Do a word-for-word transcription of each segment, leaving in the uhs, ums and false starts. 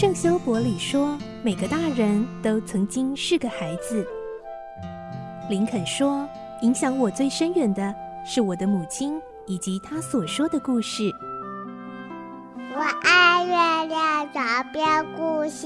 圣修伯里说，每个大人都曾经是个孩子。林肯说，影响我最深远的是我的母亲以及她所说的故事。 我爱月亮床边故事。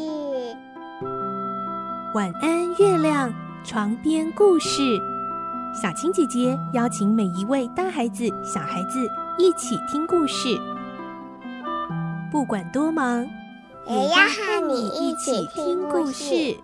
晚安，月亮床边故事。小青姐姐邀请每一位大孩子、小孩子一起听故事，不管多忙， 也要和你一起听故事。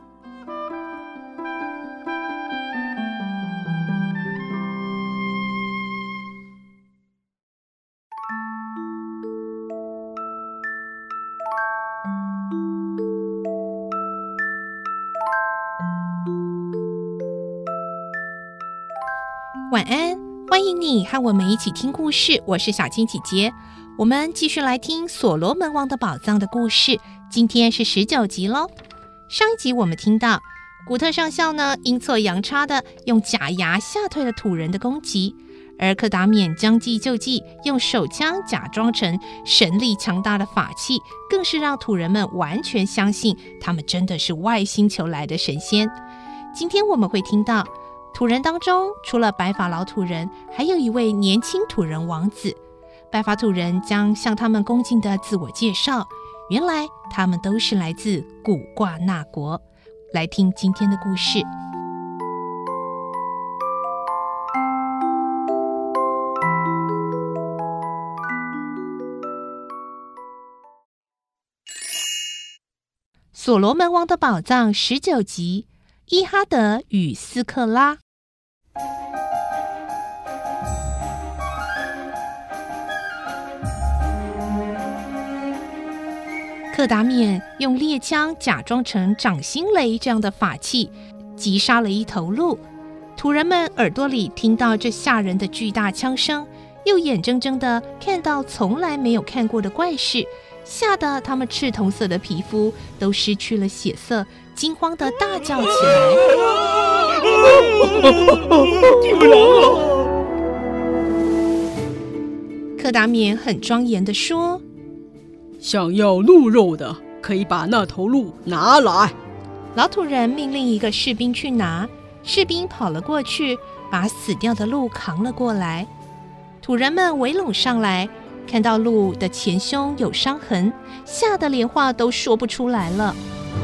晚安，欢迎你和我们一起听故事，我是小青姐姐。我们继续来听所罗门王的宝藏的故事，今天是十九集咯。上一集我们听到古特上校呢阴错阳差的用假牙吓退了土人的攻击，而克达缅将计就计，用手枪假装成神力强大的法器，更是让土人们完全相信他们真的是外星球来的神仙。今天我们会听到土人当中，除了白发老土人，还有一位年轻土人王子。白发土人将向他们恭敬的自我介绍，原来他们都是来自古挂那国。来听今天的故事。所罗门王的宝藏十九集，伊哈德与斯克拉。克达缅用猎枪假装成掌心雷这样的法器，击杀了一头鹿。土人们耳朵里听到这吓人的巨大枪声，又眼睁睁地看到从来没有看过的怪事，吓得他们赤铜色的皮肤都失去了血色，惊慌地大叫起来。 巨狼啊！ 克达缅很庄严地说， 想要鹿肉的，可以把那头鹿拿来。 老土人命令一个士兵去拿，士兵跑了过去，把死掉的鹿扛了过来。土人们围拢上来，看到鹿的前胸有伤痕，吓得连话都说不出来了。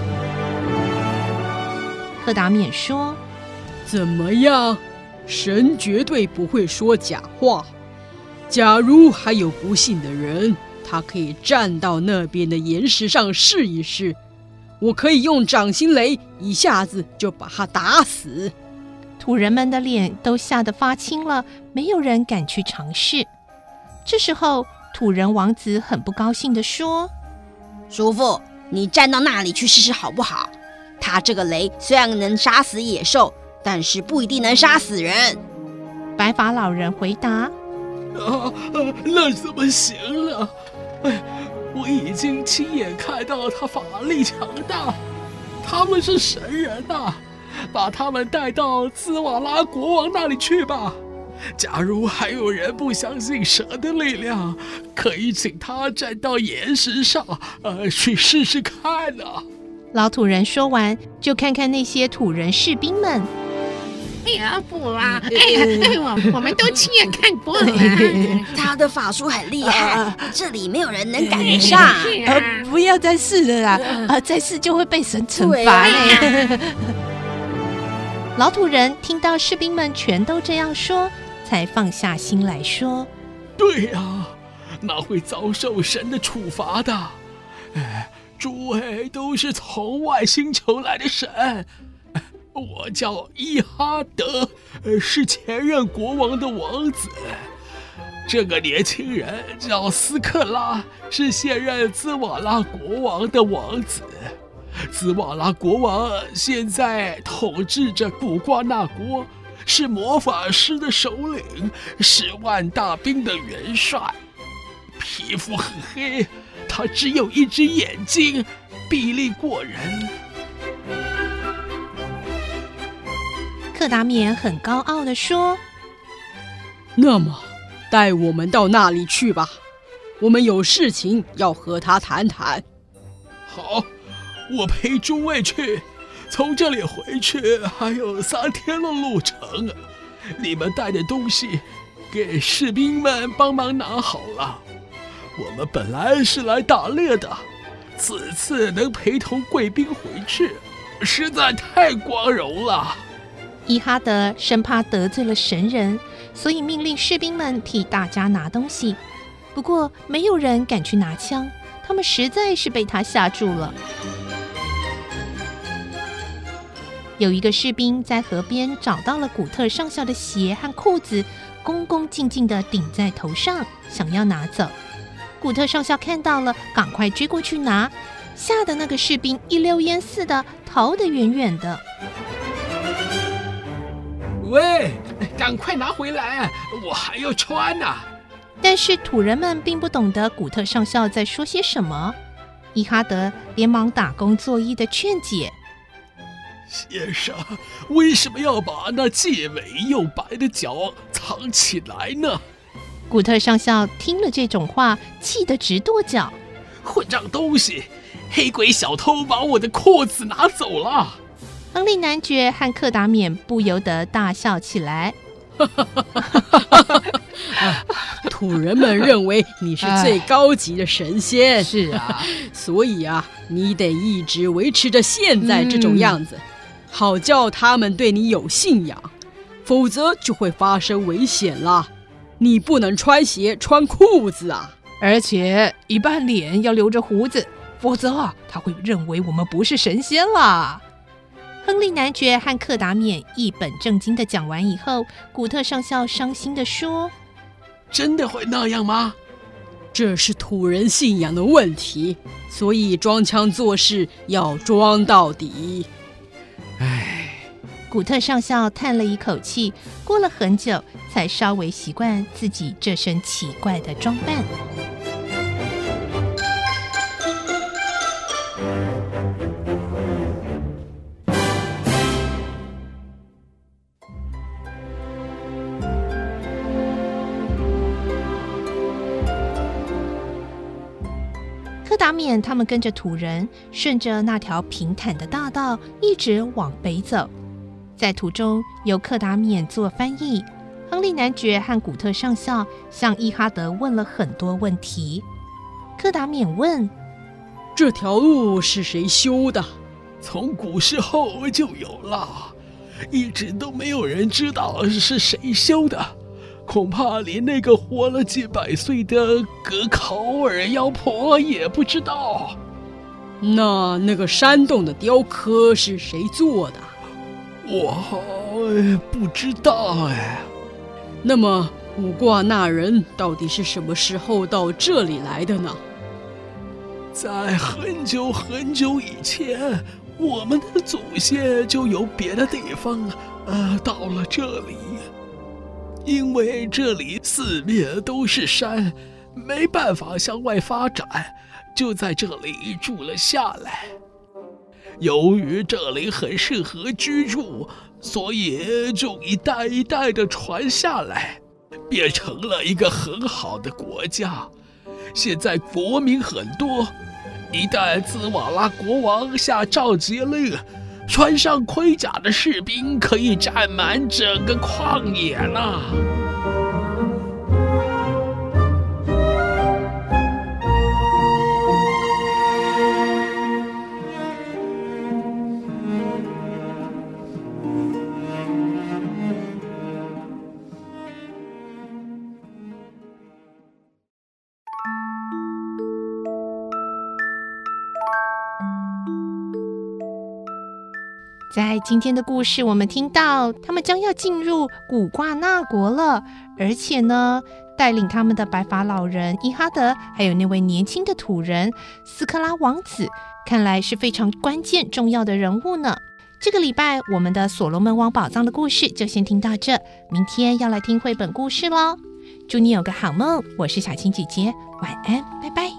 克达缅说， 怎么样？神绝对不会说假话。假如还有不信的人，他可以站到那边的岩石上试一试，我可以用掌心雷一下子就把他打死。 土人们的脸都吓得发青了，没有人敢去尝试。这时候土人王子很不高兴地说， 叔父，你站到那里去试试好不好？他这个雷虽然能杀死野兽，但是不一定能杀死人。 白发老人回答， 啊，那怎么行了？哎，我已经亲眼看到他法力强大，他们是神人啊！把他们带到兹瓦拉国王那里去吧。假如还有人不相信蛇的力量，可以请他站到岩石上，呃，去试试看啊。 老土人说完，就看看那些土人士兵们。 哎呀，不啦！哎呀，哎我我们都亲眼看过了。 他的法术很厉害，啊、这里没有人能赶得上。 呃，不要再试了啦！呃，再试就会被神惩罚嘞。老土人听到士兵们全都这样说，才放下心来说：“ 对呀、啊，那会遭受神的处罚的。哎，诸位都是从外星球来的神。”我叫伊哈德，是前任国王的王子。这个年轻人叫斯克拉，是现任兹瓦拉国王的王子。兹瓦拉国王现在统治着古挂那国，是魔法师的首领，是万大兵的元帅。皮肤很黑，他只有一只眼睛，臂力过人。 克达缅很高傲地说：“ 那么，带我们到那里去吧，我们有事情要和他谈谈。” 好， 我陪诸位去，从这里回去还有三天的路程，你们带的东西给士兵们帮忙拿好了。我们本来是来打猎的，此次能陪同贵宾回去，实在太光荣了。 伊哈德生怕得罪了神人，所以命令士兵们替大家拿东西。不过没有人敢去拿枪，他们实在是被他吓住了。有一个士兵在河边找到了古特上校的鞋和裤子，恭恭敬敬地顶在头上，想要拿走。古特上校看到了，赶快追过去拿，吓得那个士兵一溜烟似的逃得远远的。 喂，赶快拿回来，我还要穿呢、啊。 但是土人们并不懂得古特上校在说些什么。伊哈德连忙打工作揖的劝解： 先生，为什么要把那既美又白的脚藏起来呢？ 古特上校听了这种话，气得直跺脚： 混账东西！黑鬼小偷把我的裤子拿走了！ 亨利男爵和克达冕不由得大笑起来。 啊、土人们认为你是最高级的神仙， 是啊， 所以啊，你得一直维持着现在这种样子，嗯、好叫他们对你有信仰，否则就会发生危险啦。你不能穿鞋穿裤子啊， 而且一半脸要留着胡子，否则他会认为我们不是神仙啦。 亨利男爵和克达冕一本正经地讲完以后，古特上校伤心地说： 真的会那样吗？ 这是土人信仰的问题，所以装腔作势要装到底。 唉， 古特上校叹了一口气，过了很久才稍微习惯自己这身奇怪的装扮。柯达冕他们跟着土人顺着那条平坦的大道一直往北走，在途中由柯达冕做翻译，亨利男爵和古特上校向伊哈德问了很多问题。柯达冕问： 这条路是谁修的？ 从古时候就有了，一直都没有人知道是谁修的，恐怕连那个活了几百岁的格考尔妖婆也不知道。 那那个山洞的雕刻是谁做的？ 我不知道哎。 那么卜卦那人到底是什么时候到这里来的呢？ 在很久很久以前，我们的祖先就由别的地方呃到了这里。因为这里四面都是山，没办法向外发展，就在这里住了下来。由于这里很适合居住，所以就一代一代的传下来，变成了一个很好的国家。现在国民很多，一旦兹瓦拉国王下召集令，穿上盔甲的士兵可以占满整个旷野呢。 在今天的故事，我们听到他们将要进入古卦那国了，而且呢，带领他们的白发老人伊哈德，还有那位年轻的土人斯科拉王子，看来是非常关键重要的人物呢。这个礼拜我们的所罗门王宝藏的故事就先听到这，明天要来听绘本故事咯。祝你有个好梦，我是小青姐姐，晚安，拜拜。